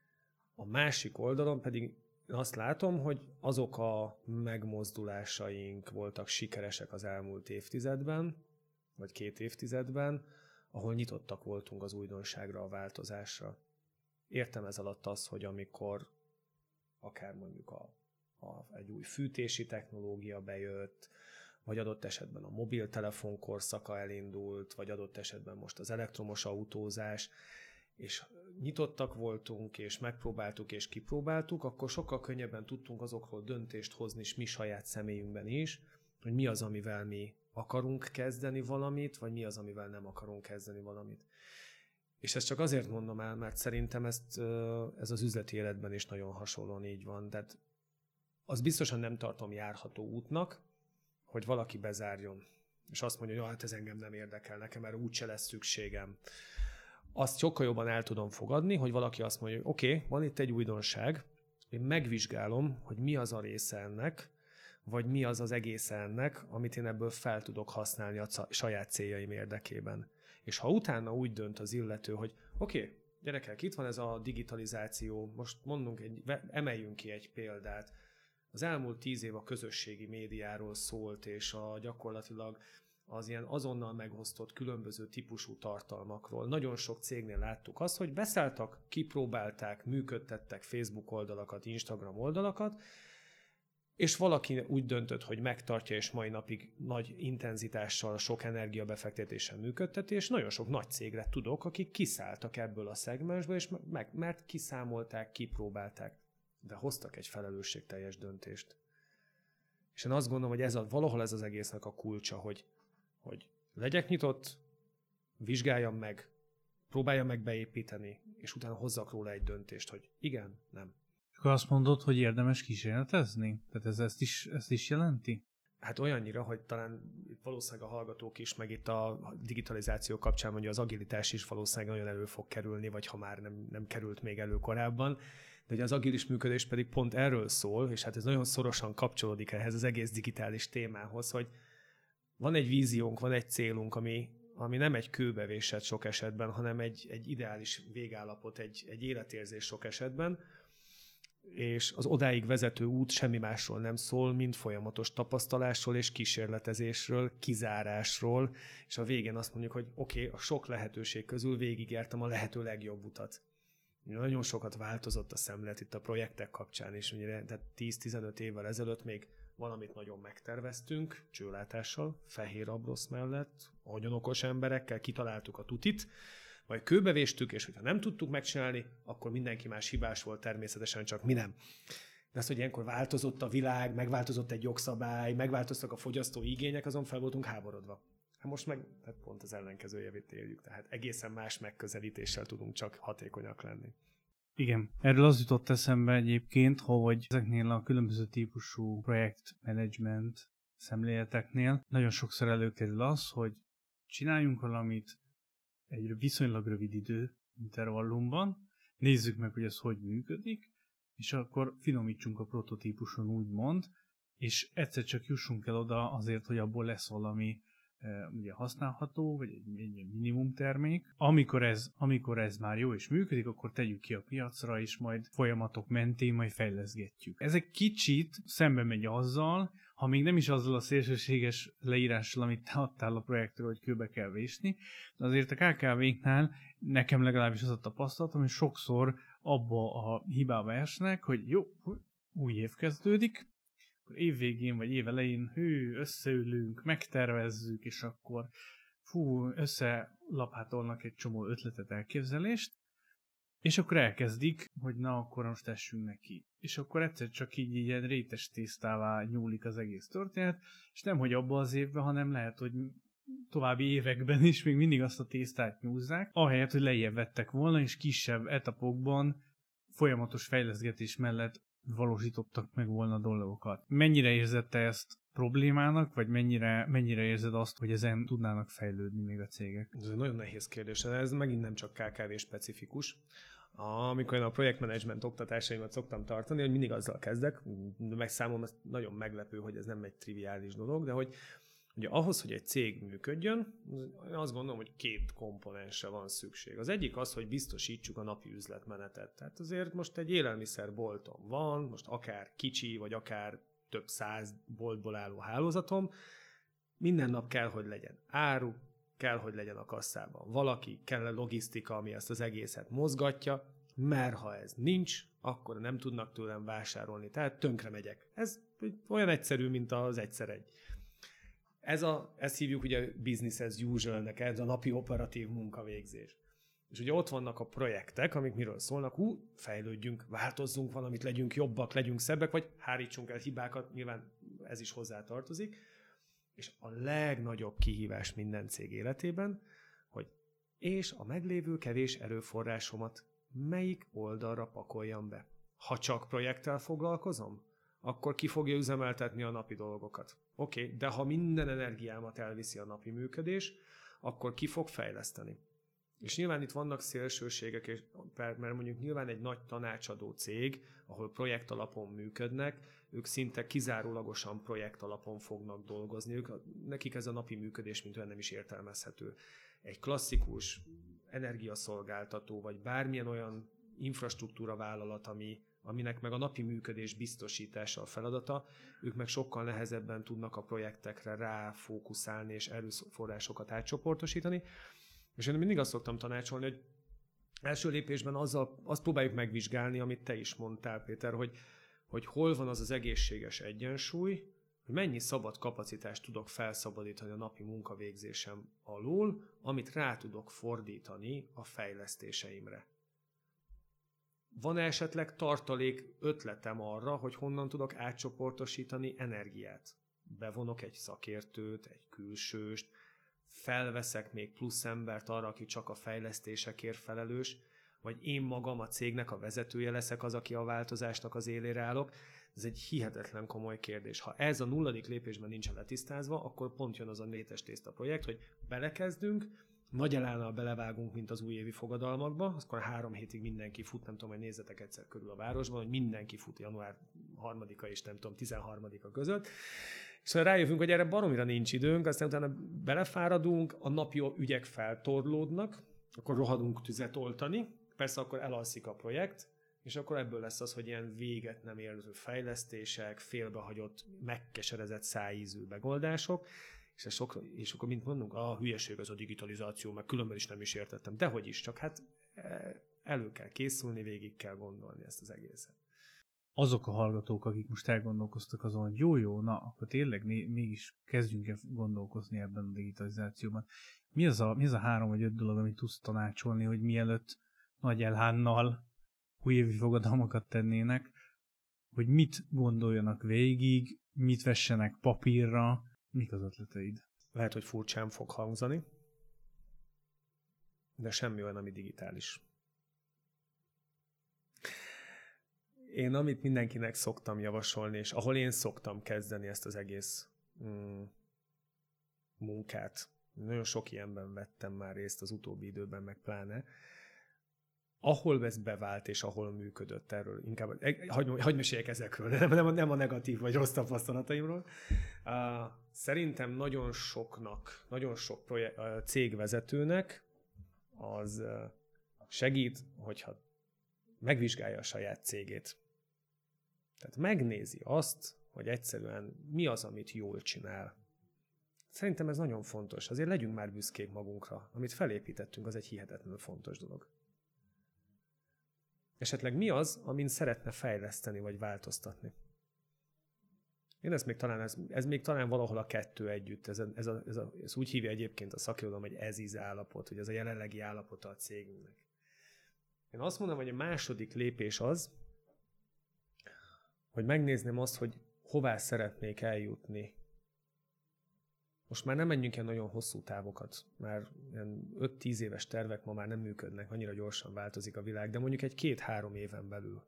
Speaker 3: A másik oldalon pedig azt látom, hogy azok a megmozdulásaink voltak sikeresek az elmúlt évtizedben, vagy két évtizedben, ahol nyitottak voltunk az újdonságra, a változásra. Értem ez alatt az, hogy amikor akár mondjuk a, a, egy új fűtési technológia bejött, vagy adott esetben a mobiltelefon korszaka elindult, vagy adott esetben most az elektromos autózás, és nyitottak voltunk, és megpróbáltuk, és kipróbáltuk, akkor sokkal könnyebben tudtunk azokról döntést hozni, és mi saját személyünkben is, hogy mi az, amivel mi akarunk kezdeni valamit, vagy mi az, amivel nem akarunk kezdeni valamit. És ezt csak azért mondom el, mert szerintem ezt, ez az üzleti életben is nagyon hasonlóan így van. Tehát az biztosan nem tartom járható útnak, hogy valaki bezárjon, és azt mondja, hogy hát ez engem nem érdekel, nekem erre úgyse lesz szükségem. Azt sokkal jobban el tudom fogadni, hogy valaki azt mondja, hogy oké, okay, van itt egy újdonság, én megvizsgálom, hogy mi az a része ennek, vagy mi az az egész ennek, amit én ebből fel tudok használni a saját céljaim érdekében. És ha utána úgy dönt az illető, hogy oké, okay, gyerekek, itt van ez a digitalizáció, most mondunk egy, emeljünk ki egy példát. Az elmúlt tíz év a közösségi médiáról szólt, és a gyakorlatilag az ilyen azonnal megosztott különböző típusú tartalmakról. Nagyon sok cégnél láttuk azt, hogy beszálltak, kipróbálták, működtettek Facebook oldalakat, Instagram oldalakat, és valaki úgy döntött, hogy megtartja, és mai napig nagy intenzitással, sok energiabefektetéssel működteti, és nagyon sok nagy cégre tudok, akik kiszálltak ebből a szegmensből, és meg, mert kiszámolták, kipróbálták, de hoztak egy felelősségteljes döntést. És én azt gondolom, hogy ez a, valahol ez az egésznek a kulcsa, hogy hogy legyek nyitott, vizsgáljam meg, próbáljam meg beépíteni, és utána hozzak róla egy döntést, hogy igen, nem.
Speaker 2: Akkor azt mondod, hogy érdemes kísérletezni? Tehát ez ezt is, ezt is jelenti?
Speaker 3: Hát olyannyira, hogy talán valószínűleg a hallgatók is, meg itt a digitalizáció kapcsán mondja, az agilitás is valószínűleg nagyon elő fog kerülni, vagy ha már nem, nem került még elő korábban. De ugye az agilis működés pedig pont erről szól, és hát ez nagyon szorosan kapcsolódik ehhez az egész digitális témához, hogy van egy víziónk, van egy célunk, ami, ami nem egy kőbevésett sok esetben, hanem egy, egy ideális végállapot, egy, egy életérzés sok esetben, és az odáig vezető út semmi másról nem szól, mint folyamatos tapasztalásról és kísérletezésről, kizárásról, és a végén azt mondjuk, hogy oké, okay, a sok lehetőség közül végigjártam a lehető legjobb utat. Nagyon sokat változott a szemlélet itt a projektek kapcsán is, ugye, tehát tíz-tizenöt évvel ezelőtt még valamit nagyon megterveztünk, csőlátással, fehér abrosz mellett, nagyon okos emberekkel kitaláltuk a tutit, majd kőbevéstük, és hogyha nem tudtuk megcsinálni, akkor mindenki más hibás volt, természetesen csak mi nem. De az, hogy ilyenkor változott a világ, megváltozott egy jogszabály, megváltoztak a fogyasztói igények, azon fel voltunk háborodva. Hát most meg hát pont az ellenkezőjét éljük, tehát egészen más megközelítéssel tudunk csak hatékonyak lenni.
Speaker 2: Igen, erről az jutott eszembe egyébként, hogy ezeknél a különböző típusú projektmenedzsment szemléleteknél nagyon sokszor előkerül az, hogy csináljunk valamit egy viszonylag rövid idő intervallumban, nézzük meg, hogy ez hogy működik, és akkor finomítsunk a prototípuson, úgymond, és egyszer csak jussunk el oda azért, hogy abból lesz valami e, ugye használható, vagy egy, egy minimum termék. Amikor ez, amikor ez már jó és működik, akkor tegyük ki a piacra, és majd folyamatok mentén majd fejleszgetjük. Ez egy kicsit szembe megy azzal, ha még nem is azzal a szélsőséges leírással, amit te adtál a projektről, hogy kőbe kell vésni, de azért a ká ká véknál nekem legalábbis az a tapasztalatom, hogy sokszor abba a hibába esnek, hogy jó, új év kezdődik, akkor évvégén vagy év elején hű, összeülünk, megtervezzük, és akkor fú, összelapátolnak egy csomó ötletet, elképzelést, és akkor elkezdik, hogy na, akkor most tessünk neki. És akkor egyszer csak így ilyen rétes tésztává nyúlik az egész történet, és nem hogy abban az évben, hanem lehet, hogy további években is még mindig azt a tésztát nyúzzák, ahelyett, hogy lejjebb vettek volna, és kisebb etapokban folyamatos fejleszgetés mellett valósítottak meg volna dolgokat. Mennyire érzed te ezt problémának, vagy mennyire, mennyire érzed azt, hogy ezen tudnának fejlődni még a cégek?
Speaker 3: Ez egy nagyon nehéz kérdés, ez megint nem csak ká ká vé specifikus. Amikor én a projektmenedzsment oktatásaimat szoktam tartani, hogy mindig azzal kezdek, meg számomra nagyon meglepő, hogy ez nem egy triviális dolog, de hogy ugye ahhoz, hogy egy cég működjön, azt gondolom, hogy két komponensre van szükség. Az egyik az, hogy biztosítsuk a napi üzletmenetet. Tehát azért most egy élelmiszerboltom van, most akár kicsi, vagy akár több száz boltból álló hálózatom, minden nap kell, hogy legyen áru, kell, hogy legyen a kasszában valaki, kell a logisztika, ami ezt az egészet mozgatja, mert ha ez nincs, akkor nem tudnak tőlem vásárolni, tehát tönkre megyek. Ez olyan egyszerű, mint az egyszer egy. Ez a, ezt hívjuk ugye business as usual-nek, ez a napi operatív munkavégzés. És ugye ott vannak a projektek, amik miről szólnak, hú, fejlődjünk, változzunk valamit, legyünk jobbak, legyünk szebbek, vagy hárítsunk el hibákat, nyilván ez is hozzá tartozik. És a legnagyobb kihívás minden cég életében, hogy és a meglévő kevés erőforrásomat melyik oldalra pakoljam be. Ha csak projekttel foglalkozom, akkor ki fogja üzemeltetni a napi dolgokat. Oké, okay, de ha minden energiámat elviszi a napi működés, akkor ki fog fejleszteni. És nyilván itt vannak szélsőségek, és, mert mondjuk nyilván egy nagy tanácsadó cég, ahol projekt alapon működnek, ők szinte kizárólagosan projekt alapon fognak dolgozni, ők, nekik ez a napi működés mint olyan nem is értelmezhető. Egy klasszikus energiaszolgáltató, vagy bármilyen olyan infrastruktúra vállalat, ami, aminek meg a napi működés biztosítása a feladata, ők meg sokkal nehezebben tudnak a projektekre ráfókuszálni és erőforrásokat átcsoportosítani. És én mindig azt szoktam tanácsolni, hogy első lépésben azzal, azt próbáljuk megvizsgálni, amit te is mondtál, Péter, hogy, hogy hol van az az egészséges egyensúly, hogy mennyi szabad kapacitást tudok felszabadítani a napi munkavégzésem alól, amit rá tudok fordítani a fejlesztéseimre. Van-e esetleg tartalék ötletem arra, hogy honnan tudok átcsoportosítani energiát? Bevonok egy szakértőt, egy külsőst, felveszek még plusz embert arra, aki csak a fejlesztésekért felelős, vagy én magam a cégnek a vezetője leszek az, aki a változásnak az élére állok. Ez egy hihetetlen komoly kérdés. Ha ez a nulladik lépésben nincsen letisztázva, akkor pont jön az a rétes tészta projekt, hogy belekezdünk, nagy elállal belevágunk, mint az újévi fogadalmakba, akkor három hétig mindenki fut, nem tudom, hogy nézzetek egyszer körül a városban, hogy mindenki fut január harmadika és nem tudom, tizenharmadika között. És szóval rájövünk, hogy erre baromira nincs időnk, aztán utána belefáradunk, a napi ügyek feltorlódnak, akkor rohadunk tüzet oltani, persze akkor elalszik a projekt, és akkor ebből lesz az, hogy ilyen véget nem érő fejlesztések, félbehagyott, megkeserezett szájízű megoldások, és, sok, és akkor mint mondunk, a hülyeség az a digitalizáció, meg különben is nem is értettem. Dehogy is, csak hát elő kell készülni, végig kell gondolni ezt az egészet.
Speaker 2: Azok a hallgatók, akik most elgondolkoztak azon, hogy jó-jó, na, akkor tényleg mégis kezdjünk el gondolkozni ebben a digitalizációban. Mi az a, mi az a három vagy öt dolog, amit tudsz tanácsolni, hogy mielőtt nagy elhánnal újévi fogadalmakat tennének, hogy mit gondoljanak végig, mit vessenek papírra, mik az ötleteid?
Speaker 3: Lehet, hogy furcsán fog hangzani, de semmi olyan, ami digitális. Én amit mindenkinek szoktam javasolni, és ahol én szoktam kezdeni ezt az egész mm, munkát, nagyon sok ilyenben vettem már részt az utóbbi időben, meg pláne, ahol ez bevált és ahol működött, erről inkább, hagy, hagy meséljek ezekről, nem, nem, nem a negatív vagy rossz tapasztalataimról. Uh, szerintem nagyon soknak, nagyon sok projekt, uh, cégvezetőnek az uh, segít, hogyha megvizsgálja a saját cégét. Tehát megnézi azt, hogy egyszerűen mi az, amit jól csinál. Szerintem ez nagyon fontos. Azért legyünk már büszkék magunkra. Amit felépítettünk, az egy hihetetlenül fontos dolog. Esetleg mi az, amin szeretne fejleszteni vagy változtatni? Én ezt még talán, ez, ez még talán valahol a kettő együtt. Ez, a, ez, a, ez, a, ez úgy hívja egyébként a szakirodalom, hogy ez-íz állapot, hogy ez a jelenlegi állapota a cégünknek. Én azt mondom, hogy a második lépés az, hogy megnézném azt, hogy hová szeretnék eljutni. Most már nem menjünk ilyen nagyon hosszú távokat, már ilyen öt-tíz éves tervek ma már nem működnek, annyira gyorsan változik a világ, de mondjuk egy két-három éven belül.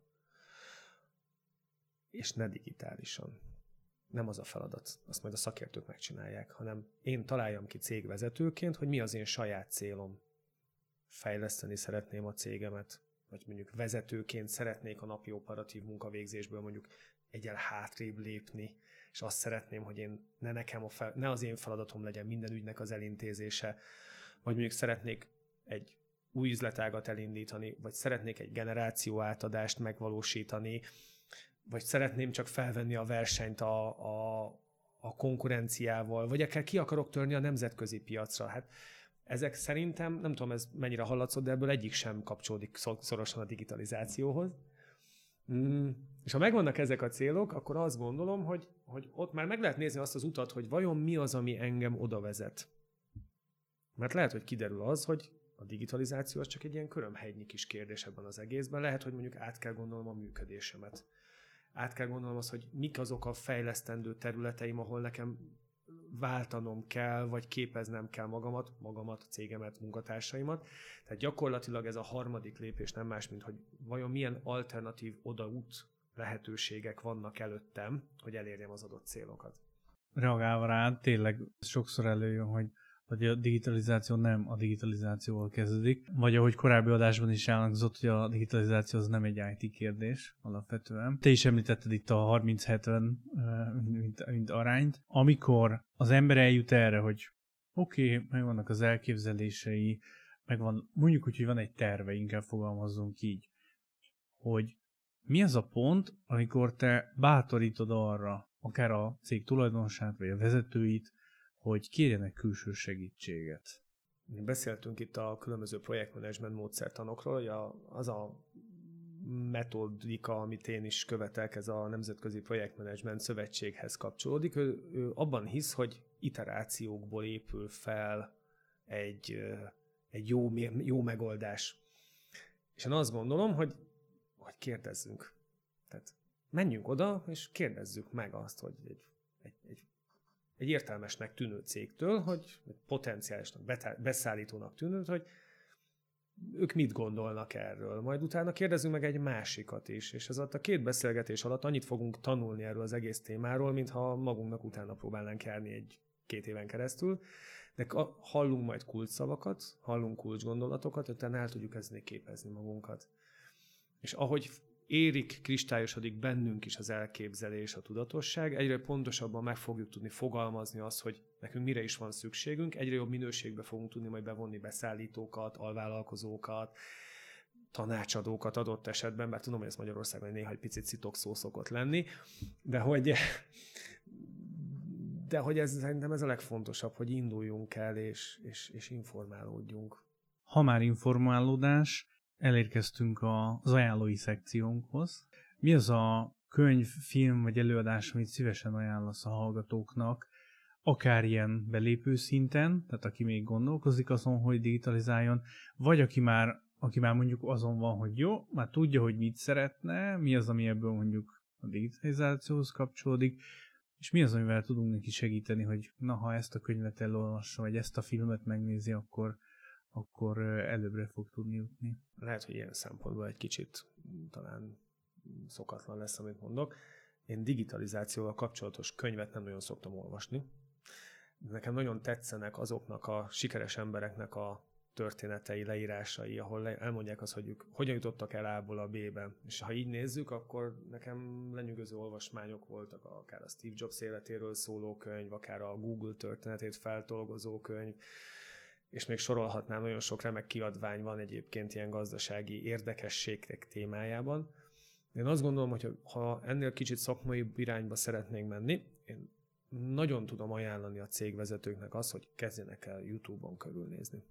Speaker 3: És ne digitálisan. Nem az a feladat, azt majd a szakértők megcsinálják, hanem én találjam ki cégvezetőként, hogy mi az én saját célom. Fejleszteni szeretném a cégemet, vagy mondjuk vezetőként szeretnék a napi operatív munkavégzésből mondjuk egyel hátrébb lépni, és azt szeretném, hogy én ne, nekem a fel, ne az én feladatom legyen minden ügynek az elintézése, vagy mondjuk szeretnék egy új üzletágat elindítani, vagy szeretnék egy generáció átadást megvalósítani, vagy szeretném csak felvenni a versenyt a, a, a konkurenciával, vagy akár ki akarok törni a nemzetközi piacra. Hát ezek szerintem, nem tudom, ez mennyire hallatszott, de ebből egyik sem kapcsolódik szorosan a digitalizációhoz. Mm. És ha megvannak ezek a célok, akkor azt gondolom, hogy, hogy ott már meg lehet nézni azt az utat, hogy vajon mi az, ami engem oda vezet. Mert lehet, hogy kiderül az, hogy a digitalizáció az csak egy ilyen körömhegynyi kis kérdés ebben az egészben. Lehet, hogy mondjuk át kell gondolnom a működésemet. Át kell gondolnom azt, hogy mik azok a fejlesztendő területeim, ahol nekem váltanom kell, vagy képeznem kell magamat, magamat, cégemet, munkatársaimat. Tehát gyakorlatilag ez a harmadik lépés nem más, mint hogy vajon milyen alternatív odaút lehetőségek vannak előttem, hogy elérjem az adott célokat.
Speaker 2: Reagálva rá, tényleg sokszor előjön, hogy, hogy a digitalizáció nem a digitalizációval kezdődik, vagy ahogy korábbi adásban is elhangzott, hogy a digitalizáció az nem egy i té kérdés alapvetően. Te is említetted itt a harminc hetven mint, mint arányt. Amikor az ember eljut erre, hogy oké, okay, megvannak az elképzelései, megvan, mondjuk úgy, hogy van egy terve, inkább fogalmazzunk így, hogy mi az a pont, amikor te bátorítod arra, akár a cég tulajdonosát, vagy a vezetőit, hogy kérjenek külső segítséget.
Speaker 3: Beszéltünk itt a különböző projektmenedzsment módszertanokról, hogy az a metodika, amit én is követek, ez a Nemzetközi Projektmenedzsment Szövetséghez kapcsolódik. Ő, ő abban hisz, hogy iterációkból épül fel egy, egy jó, jó megoldás. És én azt gondolom, hogy, hogy kérdezzünk. Tehát menjünk oda, és kérdezzük meg azt, hogy egy, egy, egy egy értelmesnek tűnő cégtől, hogy potenciálisnak, beszállítónak tűnő, hogy ők mit gondolnak erről. Majd utána kérdezzünk meg egy másikat is, és ez alatt a két beszélgetés alatt annyit fogunk tanulni erről az egész témáról, mintha magunknak utána próbálnánk járni egy-két éven keresztül, de hallunk majd kulcsszavakat, hallunk kulcsgondolatokat, utána el tudjuk ezzel képezni magunkat. És ahogy érik, kristályosodik bennünk is az elképzelés, a tudatosság, egyre pontosabban meg fogjuk tudni fogalmazni azt, hogy nekünk mire is van szükségünk, egyre jobb minőségbe fogunk tudni majd bevonni beszállítókat, alvállalkozókat, tanácsadókat adott esetben, bár tudom, hogy ez Magyarországon néha egy picit szitokszó szokott lenni, de hogy, de hogy ez, szerintem ez a legfontosabb, hogy induljunk el és, és, és informálódjunk.
Speaker 2: Ha már informálódás, elérkeztünk az ajánlói szekciónkhoz. Mi az a könyv, film vagy előadás, amit szívesen ajánlasz a hallgatóknak, akár ilyen belépő szinten, tehát aki még gondolkozik azon, hogy digitalizáljon, vagy aki már, aki már mondjuk azon van, hogy jó, már tudja, hogy mit szeretne, mi az, ami ebből mondjuk a digitalizációhoz kapcsolódik, és mi az, amivel tudunk neki segíteni, hogy na, ha ezt a könyvet elolvassa, vagy ezt a filmet megnézi, akkor akkor előbbre fog tudni jutni.
Speaker 3: Lehet, hogy ilyen szempontból egy kicsit talán szokatlan lesz, amit mondok. Én digitalizációval kapcsolatos könyvet nem nagyon szoktam olvasni. Nekem nagyon tetszenek azoknak a sikeres embereknek a történetei, leírásai, ahol elmondják azt, hogy ők hogyan jutottak el A-ból a B-be. És ha így nézzük, akkor nekem lenyűgöző olvasmányok voltak, akár a Steve Jobs életéről szóló könyv, akár a Google történetét feltolgozó könyv, és még sorolhatnám, nagyon sok remek kiadvány van egyébként ilyen gazdasági érdekességek témájában. Én azt gondolom, hogy ha ennél kicsit szakmai irányba szeretnénk menni, én nagyon tudom ajánlani a cégvezetőknek azt, hogy kezdjenek el YouTube-on körülnézni.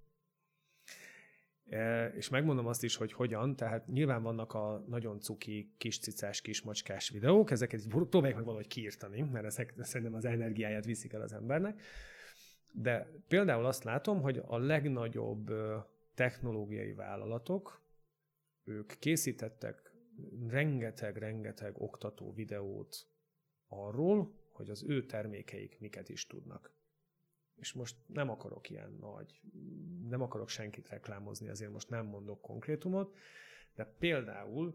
Speaker 3: E, és megmondom azt is, hogy hogyan, tehát nyilván vannak a nagyon cuki, kis cicás, kis macskás videók, ezeket próbálják meg valahogy kiírtani, mert ezek szerintem az energiáját viszik el az embernek. De például azt látom, hogy a legnagyobb technológiai vállalatok, ők készítettek rengeteg-rengeteg oktató videót arról, hogy az ő termékeik miket is tudnak. És most nem akarok ilyen nagy, nem akarok senkit reklámozni, azért most nem mondok konkrétumot, de például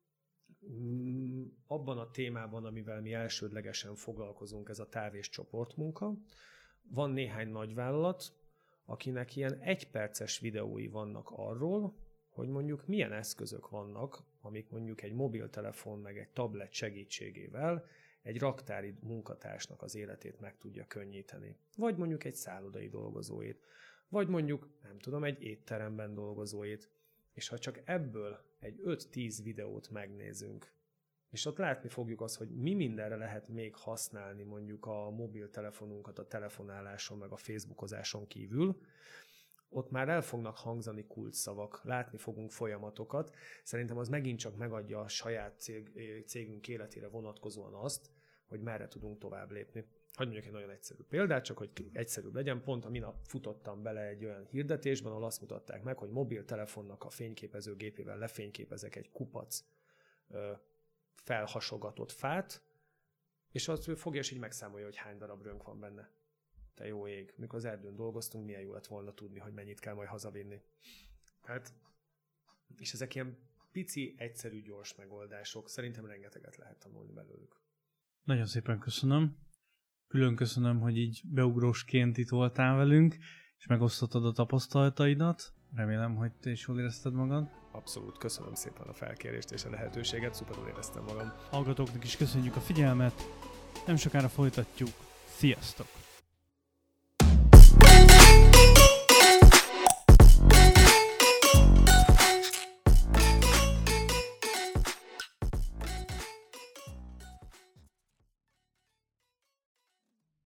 Speaker 3: abban a témában, amivel mi elsődlegesen foglalkozunk, ez a táv- és csoportmunka, van néhány nagyvállalat, akinek ilyen egyperces videói vannak arról, hogy mondjuk milyen eszközök vannak, amik mondjuk egy mobiltelefon meg egy tablet segítségével egy raktári munkatársnak az életét meg tudja könnyíteni. Vagy mondjuk egy szállodai dolgozóét, vagy mondjuk, nem tudom, egy étteremben dolgozóét. És ha csak ebből egy öt-tíz videót megnézünk, és ott látni fogjuk azt, hogy mi mindenre lehet még használni mondjuk a mobiltelefonunkat a telefonáláson meg a facebookozáson kívül, ott már el fognak hangzani kulcsszavak, látni fogunk folyamatokat. Szerintem az megint csak megadja a saját cég, cégünk életére vonatkozóan azt, hogy merre tudunk tovább lépni. Hadd mondjuk egy nagyon egyszerű példát, csak hogy egyszerűbb legyen. Pont a minap futottam bele egy olyan hirdetésben, ahol azt mutatták meg, hogy mobiltelefonnak a fényképezőgépével lefényképezek egy kupac felhasogatott fát, és azt ő fogja, és így megszámolja, hogy hány darab rönk van benne. Te jó ég, mikor az erdőn dolgoztunk, milyen jó lett volna tudni, hogy mennyit kell majd hazavinni. Hát, és ezek ilyen pici, egyszerű, gyors megoldások. Szerintem rengeteget lehet tanulni belőlük.
Speaker 2: Nagyon szépen köszönöm. Külön köszönöm, hogy így beugrósként itt voltál velünk, és megosztottad a tapasztalataidat. Remélem, hogy te is jól érezted magad.
Speaker 3: Abszolút, köszönöm szépen a felkérést és a lehetőséget, szuperul éreztem magam.
Speaker 2: Hallgatóknak is köszönjük a figyelmet, nem sokára folytatjuk. Sziasztok!